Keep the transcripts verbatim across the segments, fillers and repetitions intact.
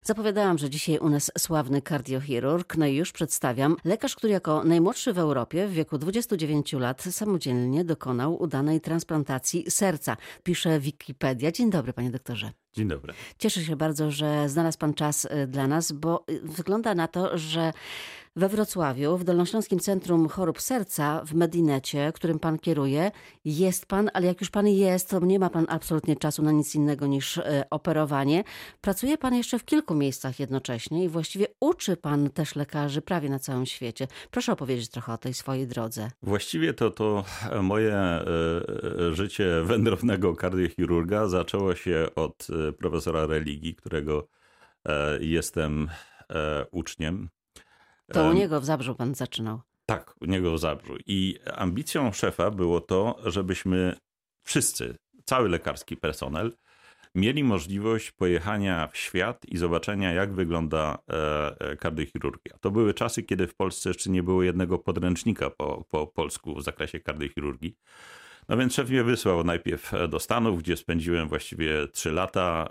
Zapowiadałam, że dzisiaj u nas sławny kardiochirurg, no i już przedstawiam. Lekarz, który jako najmłodszy w Europie w wieku dwudziestu dziewięciu lat samodzielnie dokonał udanej transplantacji serca. Pisze Wikipedia. Dzień dobry, panie doktorze. Dzień dobry. Cieszę się bardzo, że znalazł pan czas dla nas, bo wygląda na to, że we Wrocławiu, w Dolnośląskim Centrum Chorób Serca w Medinecie, którym pan kieruje, jest pan, ale jak już pan jest, to nie ma pan absolutnie czasu na nic innego niż operowanie. Pracuje pan jeszcze w kilku miejscach jednocześnie i właściwie uczy pan też lekarzy prawie na całym świecie. Proszę opowiedzieć trochę o tej swojej drodze. Właściwie to, to moje życie wędrownego kardiochirurga zaczęło się od profesora religii, którego jestem uczniem. To u niego w Zabrzu pan zaczynał. Tak, u niego w Zabrzu. I ambicją szefa było to, żebyśmy wszyscy, cały lekarski personel, mieli możliwość pojechania w świat i zobaczenia, jak wygląda kardiochirurgia. To były czasy, kiedy w Polsce jeszcze nie było jednego podręcznika po, po polsku w zakresie kardiochirurgii. No więc szef mnie wysłał najpierw do Stanów, gdzie spędziłem właściwie trzy lata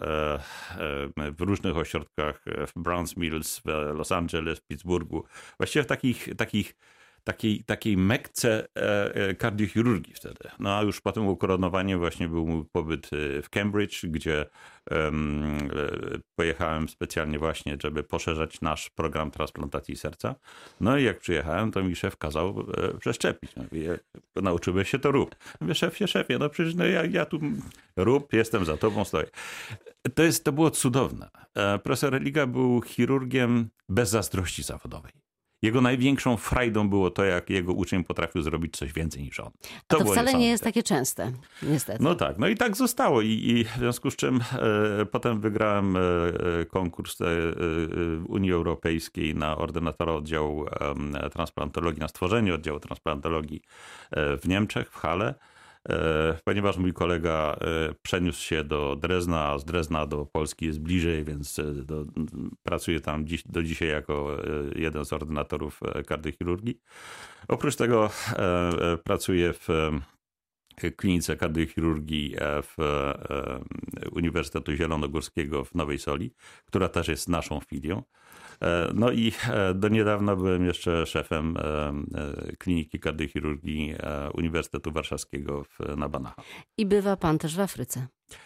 w różnych ośrodkach, w Browns Mills, w Los Angeles, w Pittsburghu. Właściwie w takich, takich, takiej, takiej mekce kardiochirurgii wtedy. No a już potem ukoronowaniem właśnie był mój pobyt w Cambridge, gdzie um, pojechałem specjalnie właśnie, żeby poszerzać nasz program transplantacji serca. No i jak przyjechałem, to mi szef kazał przeszczepić. No, mówię, nauczyłeś się, to rób. Mówię, szefie, szefie, no przecież no ja, ja tu rób, jestem za tobą, stoję. To, jest, to było cudowne. Profesor Religa był chirurgiem bez zazdrości zawodowej. Jego największą frajdą było to, jak jego uczeń potrafił zrobić coś więcej niż on. To, to wcale nie jest takie częste, niestety. No tak, no i tak zostało. I, i w związku z czym e, potem wygrałem e, konkurs e, e, Unii Europejskiej na ordynatora oddziału e, transplantologii, na stworzenie oddziału transplantologii e, w Niemczech, w Halle. Ponieważ mój kolega przeniósł się do Drezna, a z Drezna do Polski jest bliżej, więc do, pracuję tam dziś, do dzisiaj jako jeden z ordynatorów kardiochirurgii. Oprócz tego pracuję w klinice kardiochirurgii w Uniwersytetu Zielonogórskiego w Nowej Soli, która też jest naszą filią. No i do niedawna byłem jeszcze szefem kliniki kardiochirurgii Uniwersytetu Warszawskiego na Banachach. I bywa pan też w Afryce.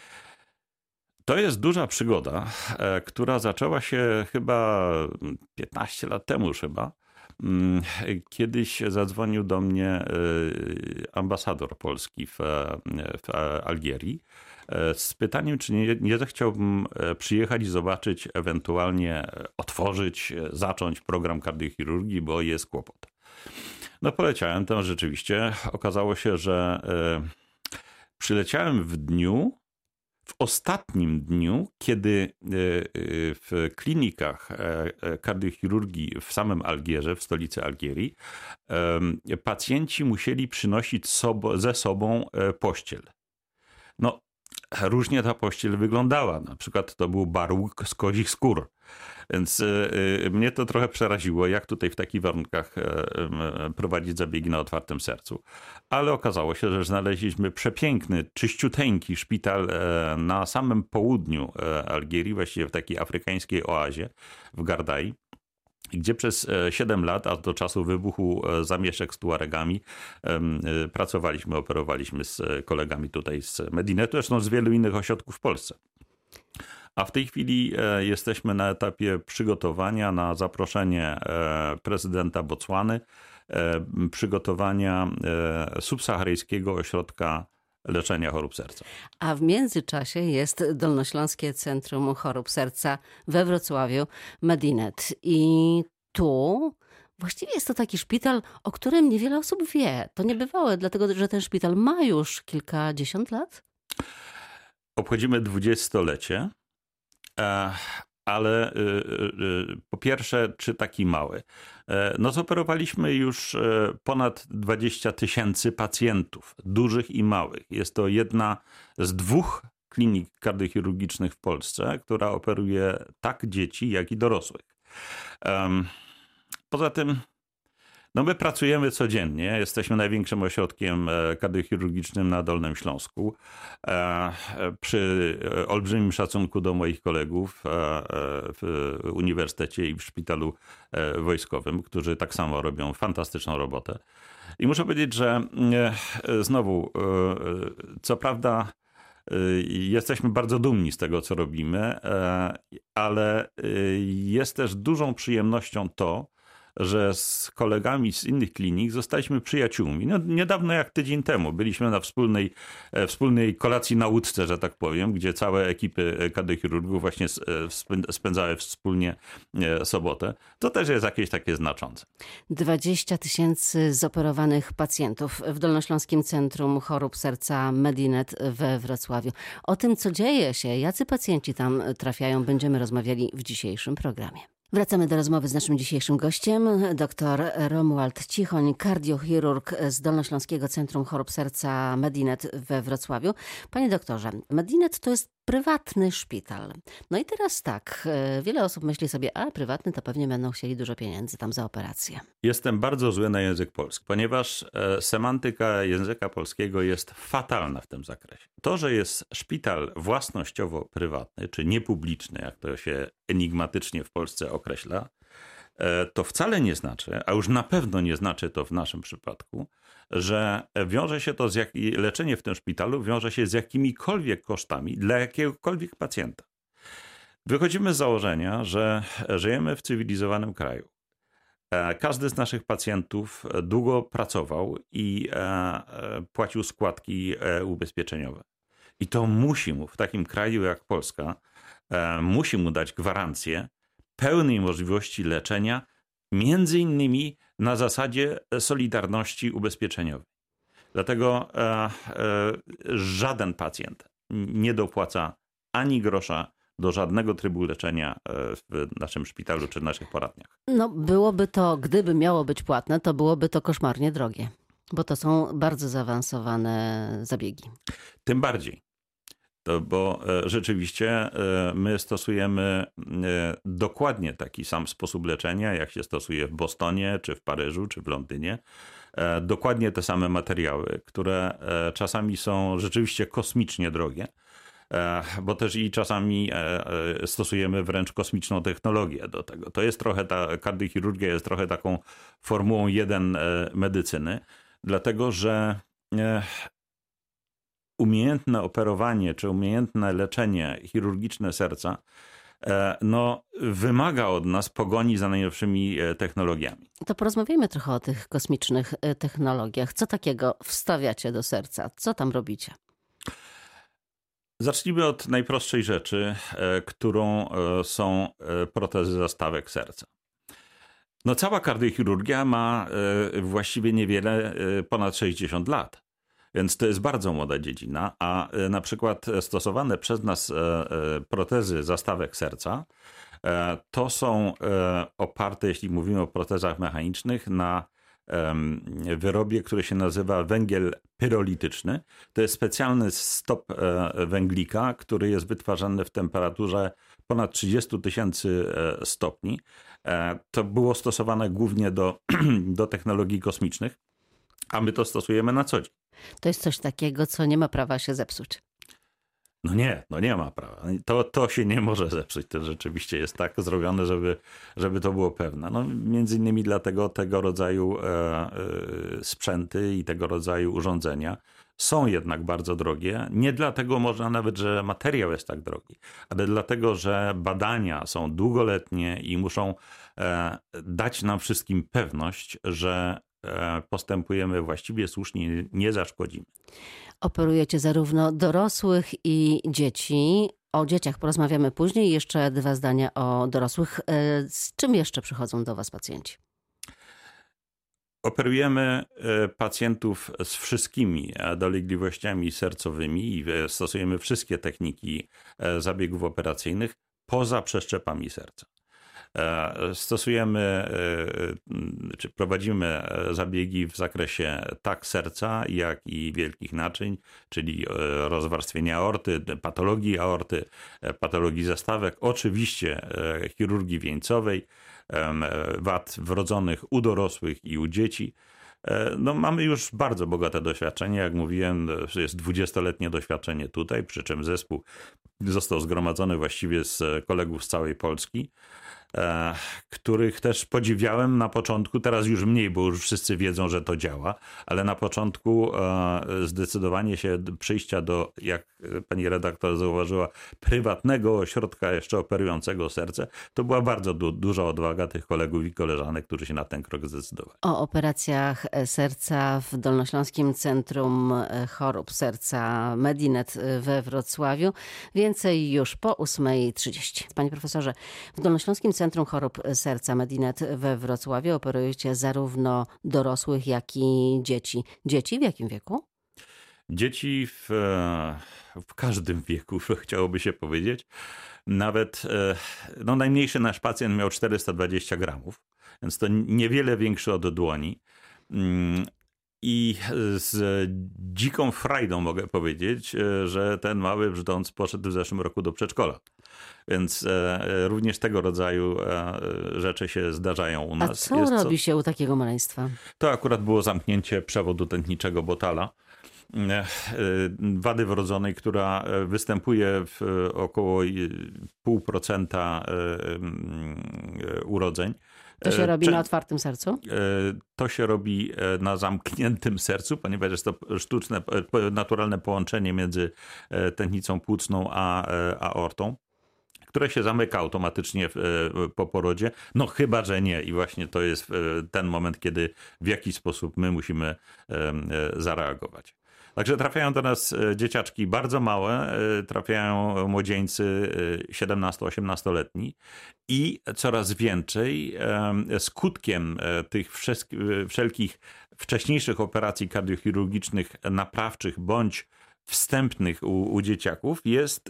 To jest duża przygoda, która zaczęła się chyba piętnaście lat temu już chyba. Kiedyś zadzwonił do mnie ambasador Polski w, w Algierii z pytaniem, czy nie, nie zechciałbym przyjechać i zobaczyć, ewentualnie otworzyć, zacząć program kardiochirurgii, bo jest kłopot. No poleciałem tam rzeczywiście. Okazało się, że przyleciałem w dniu, w ostatnim dniu, kiedy w klinikach kardiochirurgii w samym Algierze, w stolicy Algierii, pacjenci musieli przynosić sobo, ze sobą pościel. No, różnie ta pościel wyglądała. Na przykład to był barłuk z kozich skór. Więc y, mnie to trochę przeraziło, jak tutaj w takich warunkach y, y, prowadzić zabiegi na otwartym sercu. Ale okazało się, że znaleźliśmy przepiękny, czyściuteńki szpital y, na samym południu y, Algierii, właściwie w takiej afrykańskiej oazie w Gardai, gdzie przez siedem lat, a do czasu wybuchu zamieszek z Tuaregami, pracowaliśmy, operowaliśmy z kolegami tutaj z Medinetu, zresztą z wielu innych ośrodków w Polsce. A w tej chwili jesteśmy na etapie przygotowania na zaproszenie prezydenta Botswany, przygotowania subsaharyjskiego ośrodka leczenia chorób serca. A w międzyczasie jest Dolnośląskie Centrum Chorób Serca we Wrocławiu, Medinet. I tu właściwie jest to taki szpital, o którym niewiele osób wie. To niebywałe, dlatego że ten szpital ma już kilkadziesiąt lat. Obchodzimy dwudziestolecie, ale po pierwsze, czy taki mały? No zoperowaliśmy już ponad dwadzieścia tysięcy pacjentów, dużych i małych. Jest to jedna z dwóch klinik kardiochirurgicznych w Polsce, która operuje tak dzieci, jak i dorosłych. Poza tym, No my pracujemy codziennie. Jesteśmy największym ośrodkiem kardiochirurgicznym na Dolnym Śląsku. Przy olbrzymim szacunku do moich kolegów w uniwersytecie i w szpitalu wojskowym, którzy tak samo robią fantastyczną robotę. I muszę powiedzieć, że znowu, co prawda jesteśmy bardzo dumni z tego, co robimy, ale jest też dużą przyjemnością to, że z kolegami z innych klinik zostaliśmy przyjaciółmi. No, niedawno, jak tydzień temu, byliśmy na wspólnej, wspólnej kolacji na łódce, że tak powiem, gdzie całe ekipy kardiochirurgów właśnie spędzały wspólnie sobotę. To też jest jakieś takie znaczące. dwadzieścia tysięcy zoperowanych pacjentów w Dolnośląskim Centrum Chorób Serca Medinet we Wrocławiu. O tym, co dzieje się, jacy pacjenci tam trafiają, będziemy rozmawiali w dzisiejszym programie. Wracamy do rozmowy z naszym dzisiejszym gościem, dr Romuald Cichoń, kardiochirurg z Dolnośląskiego Centrum Chorób Serca Medinet we Wrocławiu. Panie doktorze, Medinet to jest prywatny szpital. No i teraz tak, wiele osób myśli sobie, a prywatny to pewnie będą chcieli dużo pieniędzy tam za operację. Jestem bardzo zły na język polski, ponieważ semantyka języka polskiego jest fatalna w tym zakresie. To, że jest szpital własnościowo prywatny, czy niepubliczny, jak to się enigmatycznie w Polsce określa, to wcale nie znaczy, a już na pewno nie znaczy to w naszym przypadku, że wiąże się to z jak... leczenie w tym szpitalu wiąże się z jakimikolwiek kosztami dla jakiegokolwiek pacjenta. Wychodzimy z założenia, że żyjemy w cywilizowanym kraju. Każdy z naszych pacjentów długo pracował i płacił składki ubezpieczeniowe. I to musi mu w takim kraju jak Polska, musi mu dać gwarancję pełnej możliwości leczenia, między innymi na zasadzie solidarności ubezpieczeniowej. Dlatego e, e, żaden pacjent nie dopłaca ani grosza do żadnego trybu leczenia w naszym szpitalu czy w naszych poradniach. No byłoby to, gdyby miało być płatne, to byłoby to koszmarnie drogie, bo to są bardzo zaawansowane zabiegi. Tym bardziej. To, bo rzeczywiście my stosujemy dokładnie taki sam sposób leczenia, jak się stosuje w Bostonie, czy w Paryżu, czy w Londynie. Dokładnie te same materiały, które czasami są rzeczywiście kosmicznie drogie, bo też i czasami stosujemy wręcz kosmiczną technologię do tego. To jest trochę, ta kardiochirurgia jest trochę taką formułą jeden medycyny, dlatego że umiejętne operowanie czy umiejętne leczenie chirurgiczne serca no, wymaga od nas pogoni za najnowszymi technologiami. To porozmawiajmy trochę o tych kosmicznych technologiach. Co takiego wstawiacie do serca? Co tam robicie? Zacznijmy od najprostszej rzeczy, którą są protezy zastawek serca. No, cała kardiochirurgia ma właściwie niewiele ponad sześćdziesiąt lat. Więc to jest bardzo młoda dziedzina, a na przykład stosowane przez nas protezy zastawek serca to są oparte, jeśli mówimy o protezach mechanicznych, na wyrobie, który się nazywa węgiel pyrolityczny. To jest specjalny stop węglika, który jest wytwarzany w temperaturze ponad trzydzieści tysięcy stopni. To było stosowane głównie do, do technologii kosmicznych, a my to stosujemy na co dzień. To jest coś takiego, co nie ma prawa się zepsuć. No nie, no nie ma prawa. To, to się nie może zepsuć. To rzeczywiście jest tak zrobione, żeby, żeby to było pewne. No, między innymi dlatego tego rodzaju e, e, sprzęty i tego rodzaju urządzenia są jednak bardzo drogie. Nie dlatego może nawet, że materiał jest tak drogi, ale dlatego, że badania są długoletnie i muszą e, dać nam wszystkim pewność, że postępujemy właściwie słusznie, nie zaszkodzimy. Operujecie zarówno dorosłych i dzieci. O dzieciach porozmawiamy później. Jeszcze dwa zdania o dorosłych. Z czym jeszcze przychodzą do was pacjenci? Operujemy pacjentów z wszystkimi dolegliwościami sercowymi i stosujemy wszystkie techniki zabiegów operacyjnych poza przeszczepami serca. Stosujemy, czy prowadzimy zabiegi w zakresie tak serca, jak i wielkich naczyń, czyli rozwarstwienia aorty, patologii aorty, patologii zastawek, oczywiście chirurgii wieńcowej, wad wrodzonych u dorosłych i u dzieci. No, mamy już bardzo bogate doświadczenie. Jak mówiłem, jest dwudziestoletnie doświadczenie tutaj, przy czym zespół został zgromadzony właściwie z kolegów z całej Polski, których też podziwiałem na początku, teraz już mniej, bo już wszyscy wiedzą, że to działa, ale na początku zdecydowanie się przyjścia do, jak pani redaktor zauważyła, prywatnego ośrodka jeszcze operującego serce, to była bardzo du- duża odwaga tych kolegów i koleżanek, którzy się na ten krok zdecydowali. O operacjach serca w Dolnośląskim Centrum Chorób Serca Medinet we Wrocławiu. Więcej już po ósmej trzydzieści. Panie profesorze, w Dolnośląskim Centrum Chorób Serca Medinet we Wrocławiu operujecie zarówno dorosłych, jak i dzieci. Dzieci w jakim wieku? Dzieci w, w każdym wieku, chciałoby się powiedzieć. Nawet no, najmniejszy nasz pacjent miał czterysta dwadzieścia gramów, więc to niewiele większy od dłoni. I z dziką frajdą mogę powiedzieć, że ten mały brzdąc poszedł w zeszłym roku do przedszkola. Więc również tego rodzaju rzeczy się zdarzają u nas. A co Jest robi co... się u takiego maleństwa? To akurat było zamknięcie przewodu tętniczego Botala. Wady wrodzonej, która występuje w około pół procenta urodzeń. To się robi Czy... na otwartym sercu? To się robi na zamkniętym sercu, ponieważ jest to sztuczne, naturalne połączenie między tętnicą płucną a aortą, które się zamyka automatycznie po porodzie. No chyba, że nie. I właśnie to jest ten moment, kiedy w jakiś sposób my musimy zareagować. Także trafiają do nas dzieciaczki bardzo małe, trafiają młodzieńcy siedemnasto-osiemnastoletni i coraz więcej skutkiem tych wszelkich wcześniejszych operacji kardiochirurgicznych naprawczych bądź wstępnych u, u dzieciaków jest e,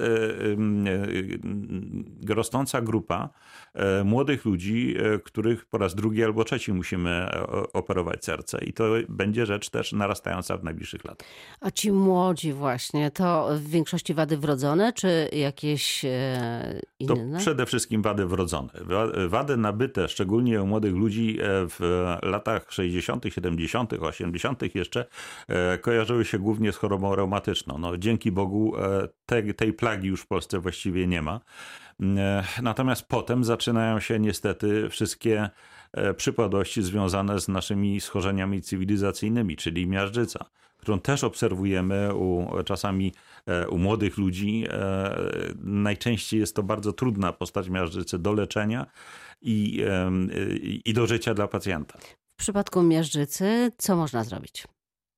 e, rosnąca grupa e, młodych ludzi, e, których po raz drugi albo trzeci musimy operować serce. I to będzie rzecz też narastająca w najbliższych latach. A ci młodzi właśnie, to w większości wady wrodzone, czy jakieś e, inne? To przede wszystkim wady wrodzone. Wady nabyte, szczególnie u młodych ludzi w latach sześćdziesiątych, siedemdziesiątych, osiemdziesiątych jeszcze e, kojarzyły się głównie z chorobą reumatyczną. No, dzięki Bogu te, tej plagi już w Polsce właściwie nie ma. Natomiast potem zaczynają się niestety wszystkie przypadłości związane z naszymi schorzeniami cywilizacyjnymi, czyli miażdżyca, którą też obserwujemy u, czasami u młodych ludzi. Najczęściej jest to bardzo trudna postać miażdżycy do leczenia i, i do życia dla pacjenta. W przypadku miażdżycy co można zrobić?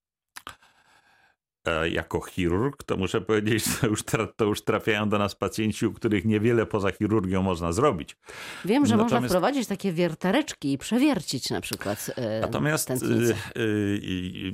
Jako chirurg, to muszę powiedzieć, że już, tra- to już trafiają do nas pacjenci, u których niewiele poza chirurgią można zrobić. Wiem, że Natomiast... można wprowadzić takie wiertareczki i przewiercić na przykład yy, Natomiast tętnicę. Yy, yy,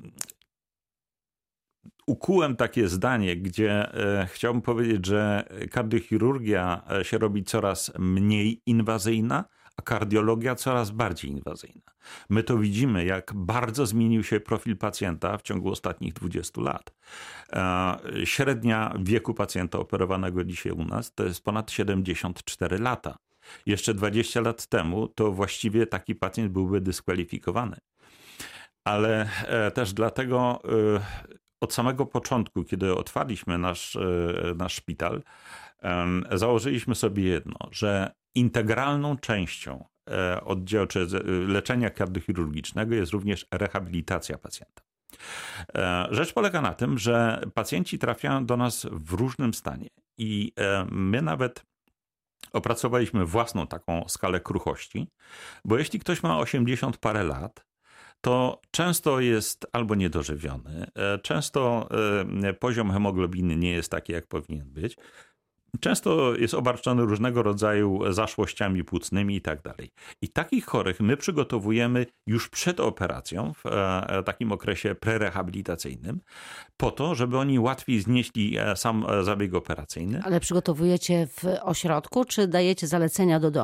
ukułem takie zdanie, gdzie yy, chciałbym powiedzieć, że kardiochirurgia się robi coraz mniej inwazyjna, a kardiologia coraz bardziej inwazyjna. My to widzimy, jak bardzo zmienił się profil pacjenta w ciągu ostatnich dwudziestu lat. Średnia wieku pacjenta operowanego dzisiaj u nas to jest ponad siedemdziesiąt cztery lata. Jeszcze dwadzieścia lat temu to właściwie taki pacjent byłby dyskwalifikowany. Ale też dlatego od samego początku, kiedy otwarliśmy nasz, nasz szpital, założyliśmy sobie jedno, że integralną częścią oddziału czy leczenia kardiochirurgicznego jest również rehabilitacja pacjenta. Rzecz polega na tym, że pacjenci trafiają do nas w różnym stanie i my nawet opracowaliśmy własną taką skalę kruchości, bo jeśli ktoś ma osiemdziesiąt parę lat, to często jest albo niedożywiony, często poziom hemoglobiny nie jest taki, jak powinien być. Często jest obarczony różnego rodzaju zaszłościami płucnymi i tak dalej. I takich chorych my przygotowujemy już przed operacją, w takim okresie prerehabilitacyjnym, po to, żeby oni łatwiej znieśli sam zabieg operacyjny. Ale przygotowujecie w ośrodku, czy dajecie zalecenia do domu?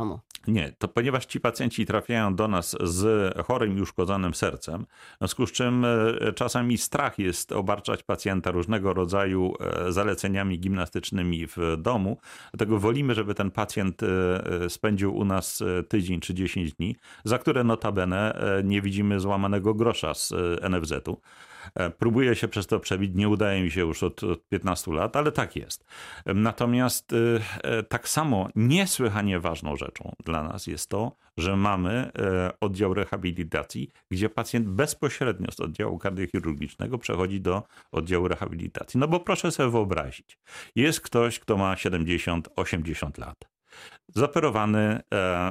Nie, to ponieważ ci pacjenci trafiają do nas z chorym i uszkodzonym sercem, w związku z czym czasami strach jest obarczać pacjenta różnego rodzaju zaleceniami gimnastycznymi w domu. Dlatego wolimy, żeby ten pacjent spędził u nas tydzień czy dziesięć dni, za które notabene nie widzimy złamanego grosza z en ef zetu. Próbuję się przez to przebić, nie udaje mi się już od piętnastu lat, ale tak jest. Natomiast tak samo niesłychanie ważną rzeczą dla nas jest to, że mamy oddział rehabilitacji, gdzie pacjent bezpośrednio z oddziału kardiochirurgicznego przechodzi do oddziału rehabilitacji. No bo proszę sobie wyobrazić, jest ktoś, kto ma siedemdziesiąt osiemdziesiąt lat. Zoperowany, e, e,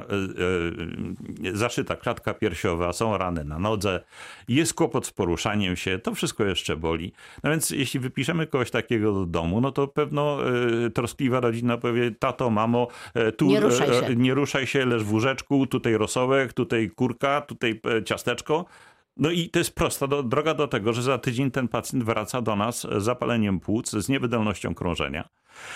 e, zaszyta klatka piersiowa, są rany na nodze, jest kłopot z poruszaniem się, to wszystko jeszcze boli. No więc jeśli wypiszemy kogoś takiego do domu, no to pewno e, troskliwa rodzina powie: tato, mamo, e, tu nie ruszaj się. E, nie ruszaj się, leż w łóżeczku, tutaj rosołek, tutaj kurka, tutaj ciasteczko. No i to jest prosta do, droga do tego, że za tydzień ten pacjent wraca do nas z zapaleniem płuc, z niewydolnością krążenia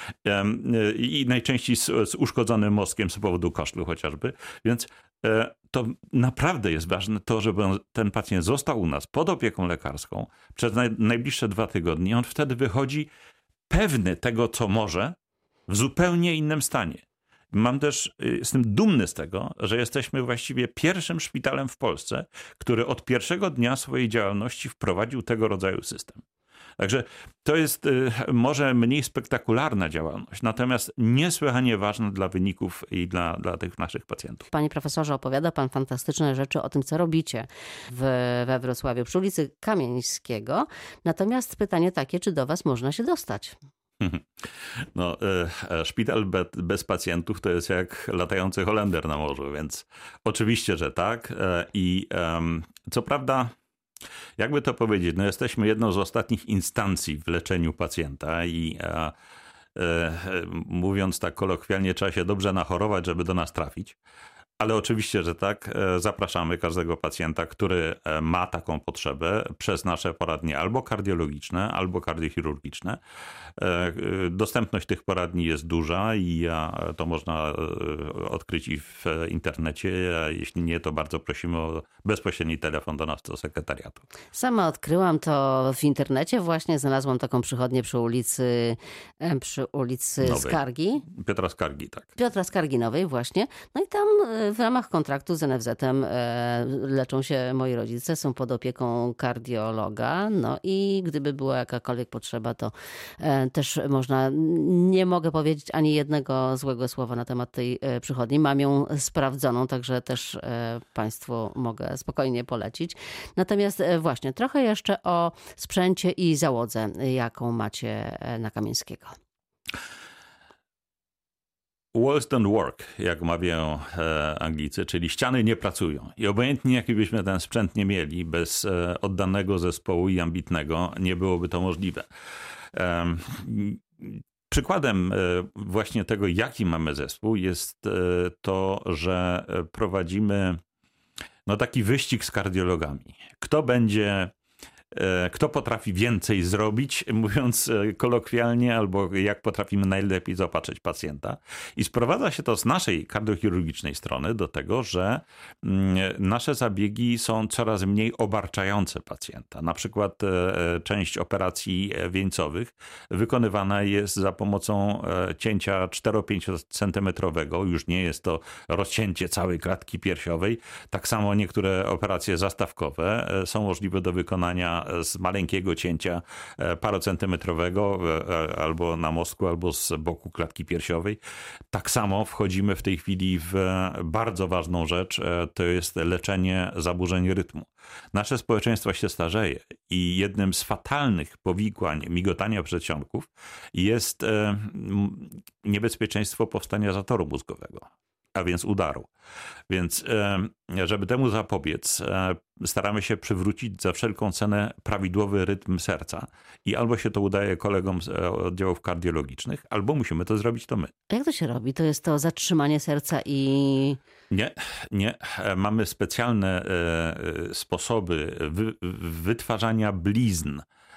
i najczęściej z, z uszkodzonym mózgiem z powodu kaszlu chociażby. Więc to naprawdę jest ważne to, żeby ten pacjent został u nas pod opieką lekarską przez naj, najbliższe dwa tygodnie. On wtedy wychodzi pewny tego, co może, w zupełnie innym stanie. Mam też, jestem dumny z tego, że jesteśmy właściwie pierwszym szpitalem w Polsce, który od pierwszego dnia swojej działalności wprowadził tego rodzaju system. Także to jest może mniej spektakularna działalność, natomiast niesłychanie ważna dla wyników i dla, dla tych naszych pacjentów. Panie profesorze, opowiada pan fantastyczne rzeczy o tym, co robicie w, we Wrocławiu przy ulicy Kamieńskiego. Natomiast pytanie takie, czy do was można się dostać? No, szpital bez pacjentów to jest jak latający Holender na morzu, więc oczywiście, że tak. I co prawda, jakby to powiedzieć, no jesteśmy jedną z ostatnich instancji w leczeniu pacjenta i e, e, mówiąc tak kolokwialnie, trzeba się dobrze nachorować, żeby do nas trafić. Ale oczywiście, że tak, zapraszamy każdego pacjenta, który ma taką potrzebę przez nasze poradnie albo kardiologiczne, albo kardiochirurgiczne. Dostępność tych poradni jest duża i to można odkryć i w internecie, a jeśli nie, to bardzo prosimy o bezpośredni telefon do nas, do sekretariatu. Sama odkryłam to w internecie, właśnie znalazłam taką przychodnię przy ulicy, przy ulicy Nowej. Skargi. Piotra Skargi, tak. Piotra Skargi Nowej właśnie. No i tam w ramach kontraktu z en ef zetem leczą się moi rodzice, są pod opieką kardiologa. No i gdyby była jakakolwiek potrzeba, to też można, nie mogę powiedzieć ani jednego złego słowa na temat tej przychodni. Mam ją sprawdzoną, także też państwu mogę spokojnie polecić. Natomiast właśnie trochę jeszcze o sprzęcie i załodze, jaką macie na Kamieńskiego. Walls don't work, jak mawiają e, Anglicy, czyli ściany nie pracują. I obojętnie jaki byśmy ten sprzęt nie mieli, bez e, oddanego zespołu i ambitnego nie byłoby to możliwe. E, przykładem e, właśnie tego, jaki mamy zespół, jest e, to, że prowadzimy no, taki wyścig z kardiologami. Kto będzie... Kto potrafi więcej zrobić, mówiąc kolokwialnie, albo jak potrafimy najlepiej zaopatrzyć pacjenta. I sprowadza się to z naszej kardiochirurgicznej strony do tego, że nasze zabiegi są coraz mniej obarczające pacjenta. Na przykład część operacji wieńcowych wykonywana jest za pomocą cięcia cztero-pięć centymetrowego. Już nie jest to rozcięcie całej klatki piersiowej. Tak samo niektóre operacje zastawkowe są możliwe do wykonania z maleńkiego cięcia parocentymetrowego albo na mózgu, albo z boku klatki piersiowej. Tak samo wchodzimy w tej chwili w bardzo ważną rzecz, to jest leczenie zaburzeń rytmu. Nasze społeczeństwo się starzeje i jednym z fatalnych powikłań migotania przedsionków jest niebezpieczeństwo powstania zatoru mózgowego, a więc udaru. Więc żeby temu zapobiec, staramy się przywrócić za wszelką cenę prawidłowy rytm serca. I albo się to udaje kolegom z oddziałów kardiologicznych, albo musimy to zrobić to my. A jak to się robi? To jest to zatrzymanie serca i... Nie, nie. Mamy specjalne sposoby wytwarzania blizn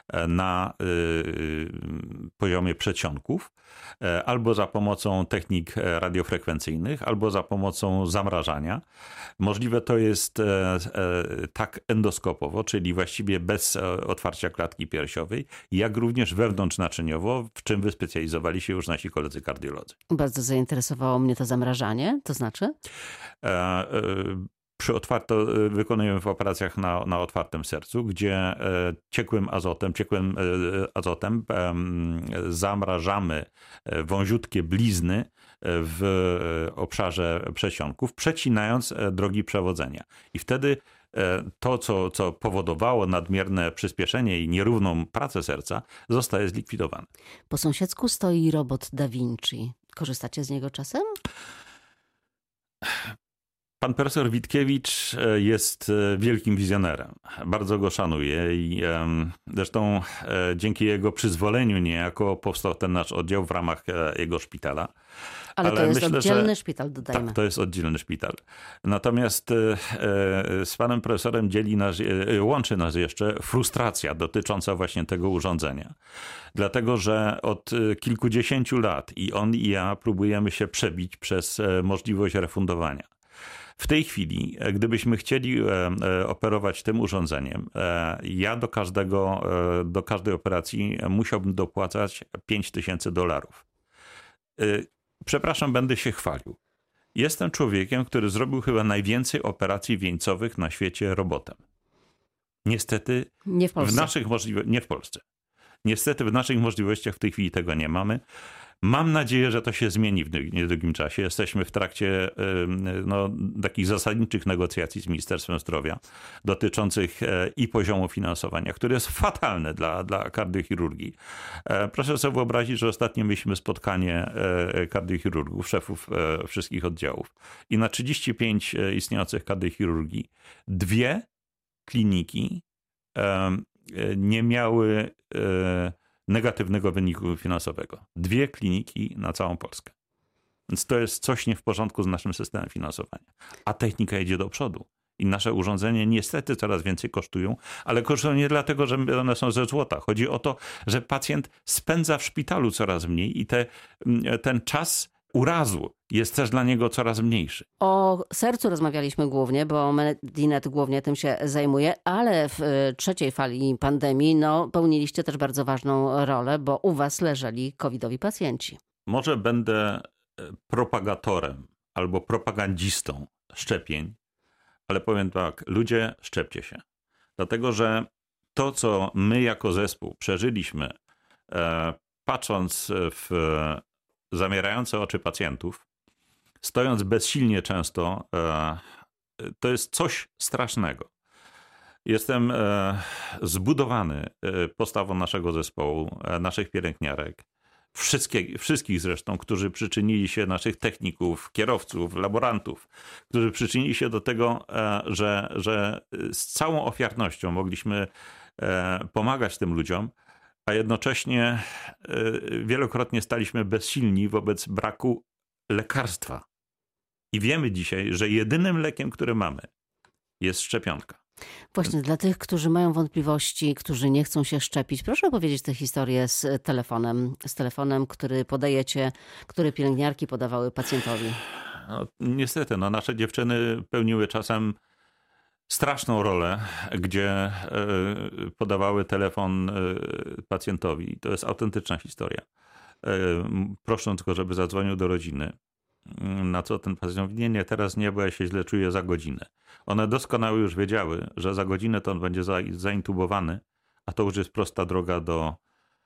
na poziomie przedsionków, albo za pomocą technik radiofrekwencyjnych, albo za pomocą zamrażania. Możliwe to jest tak endoskopowo, czyli właściwie bez otwarcia klatki piersiowej, jak również wewnątrznaczyniowo, w czym wyspecjalizowali się już nasi koledzy kardiolodzy. Bardzo zainteresowało mnie to zamrażanie, to znaczy? E, e, Przy otwarto, wykonujemy w operacjach na, na otwartym sercu, gdzie ciekłym azotem, ciekłym azotem zamrażamy wąziutkie blizny w obszarze przedsionków, przecinając drogi przewodzenia. I wtedy to, co, co powodowało nadmierne przyspieszenie i nierówną pracę serca, zostaje zlikwidowane. Po sąsiedzku stoi robot Da Vinci. Korzystacie z niego czasem? Pan profesor Witkiewicz jest wielkim wizjonerem. Bardzo go szanuję i zresztą dzięki jego przyzwoleniu niejako powstał ten nasz oddział w ramach jego szpitala. Ale, Ale to jest myślę, oddzielny że... szpital, dodajmy. Tak, to jest oddzielny szpital. Natomiast z panem profesorem dzieli nas, łączy nas jeszcze frustracja dotycząca właśnie tego urządzenia. Dlatego, że od kilkudziesięciu lat i on i ja próbujemy się przebić przez możliwość refundowania. W tej chwili, gdybyśmy chcieli operować tym urządzeniem, ja do każdego, do każdej operacji musiałbym dopłacać pięć tysięcy dolarów. Przepraszam, będę się chwalił. Jestem człowiekiem, który zrobił chyba najwięcej operacji wieńcowych na świecie robotem. Niestety nie w Polsce. W naszych możliwościach, nie w Polsce. Niestety w naszych możliwościach w tej chwili tego nie mamy. Mam nadzieję, że to się zmieni w niedługim czasie. Jesteśmy w trakcie no, takich zasadniczych negocjacji z Ministerstwem Zdrowia dotyczących i poziomu finansowania, który jest fatalny dla, dla kardiochirurgii. Proszę sobie wyobrazić, że ostatnio mieliśmy spotkanie kardiochirurgów, szefów wszystkich oddziałów i na trzydzieści pięć istniejących kardiochirurgii dwie kliniki nie miały negatywnego wyniku finansowego. Dwie kliniki na całą Polskę. Więc to jest coś nie w porządku z naszym systemem finansowania. A technika idzie do przodu. I nasze urządzenia niestety coraz więcej kosztują, ale kosztują nie dlatego, że one są ze złota. Chodzi o to, że pacjent spędza w szpitalu coraz mniej i te, ten czas urazu jest też dla niego coraz mniejszy. O sercu rozmawialiśmy głównie, bo Medinet głównie tym się zajmuje, ale w trzeciej fali pandemii no, pełniliście też bardzo ważną rolę, bo u was leżeli covidowi pacjenci. Może będę propagatorem albo propagandzistą szczepień, ale powiem tak, ludzie, szczepcie się. Dlatego, że to, co my jako zespół przeżyliśmy, e, patrząc w zamierające oczy pacjentów, stojąc bezsilnie często, to jest coś strasznego. Jestem zbudowany postawą naszego zespołu, naszych pielęgniarek, wszystkie, wszystkich zresztą, którzy przyczynili się, naszych techników, kierowców, laborantów, którzy przyczynili się do tego, że, że z całą ofiarnością mogliśmy pomagać tym ludziom, a jednocześnie wielokrotnie staliśmy bezsilni wobec braku lekarstwa. I wiemy dzisiaj, że jedynym lekiem, który mamy, jest szczepionka. Właśnie dla tych, którzy mają wątpliwości, którzy nie chcą się szczepić, proszę opowiedzieć tę historię z telefonem, z telefonem, który podajecie, który pielęgniarki podawały pacjentowi. No, niestety, no, nasze dziewczyny pełniły czasem straszną rolę, gdzie podawały telefon pacjentowi. To jest autentyczna historia. Prosząc go, żeby zadzwonił do rodziny. Na co ten pacjent mówi, nie, nie, teraz nie, bo ja się źle czuję za godzinę. One doskonale już wiedziały, że za godzinę to on będzie za, zaintubowany, a to już jest prosta droga do,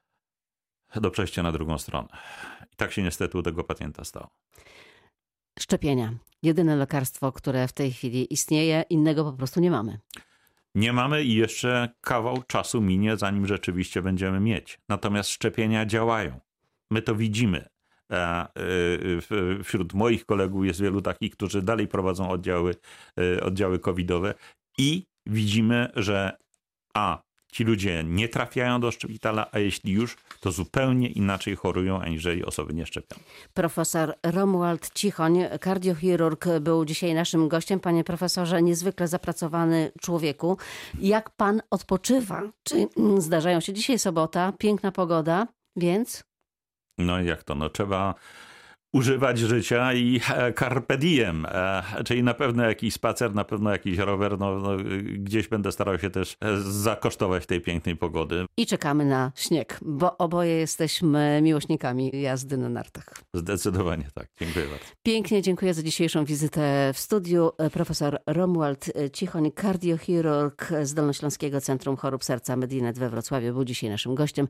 do przejścia na drugą stronę. I tak się niestety u tego pacjenta stało. Szczepienia. Jedyne lekarstwo, które w tej chwili istnieje, innego po prostu nie mamy. Nie mamy i jeszcze kawał czasu minie, zanim rzeczywiście będziemy mieć. Natomiast szczepienia działają. My to widzimy. Wśród moich kolegów jest wielu takich, którzy dalej prowadzą oddziały, oddziały covidowe i widzimy, że a, Ci ludzie nie trafiają do szpitala, a jeśli już, to zupełnie inaczej chorują, aniżeli osoby nieszczepione. Profesor Romuald Cichoń, kardiochirurg, był dzisiaj naszym gościem. Panie profesorze, niezwykle zapracowany człowieku. Jak pan odpoczywa? Czy zdarzają się dzisiaj sobota, piękna pogoda, więc... No jak to? No trzeba używać życia i carpe diem, czyli na pewno jakiś spacer, na pewno jakiś rower, no, no, gdzieś będę starał się też zakosztować tej pięknej pogody. I czekamy na śnieg, bo oboje jesteśmy miłośnikami jazdy na nartach. Zdecydowanie tak. Dziękuję bardzo. Pięknie dziękuję za dzisiejszą wizytę w studiu. Profesor Romuald Cichoń, kardiochirurg z Dolnośląskiego Centrum Chorób Serca Medinet we Wrocławiu, był dzisiaj naszym gościem.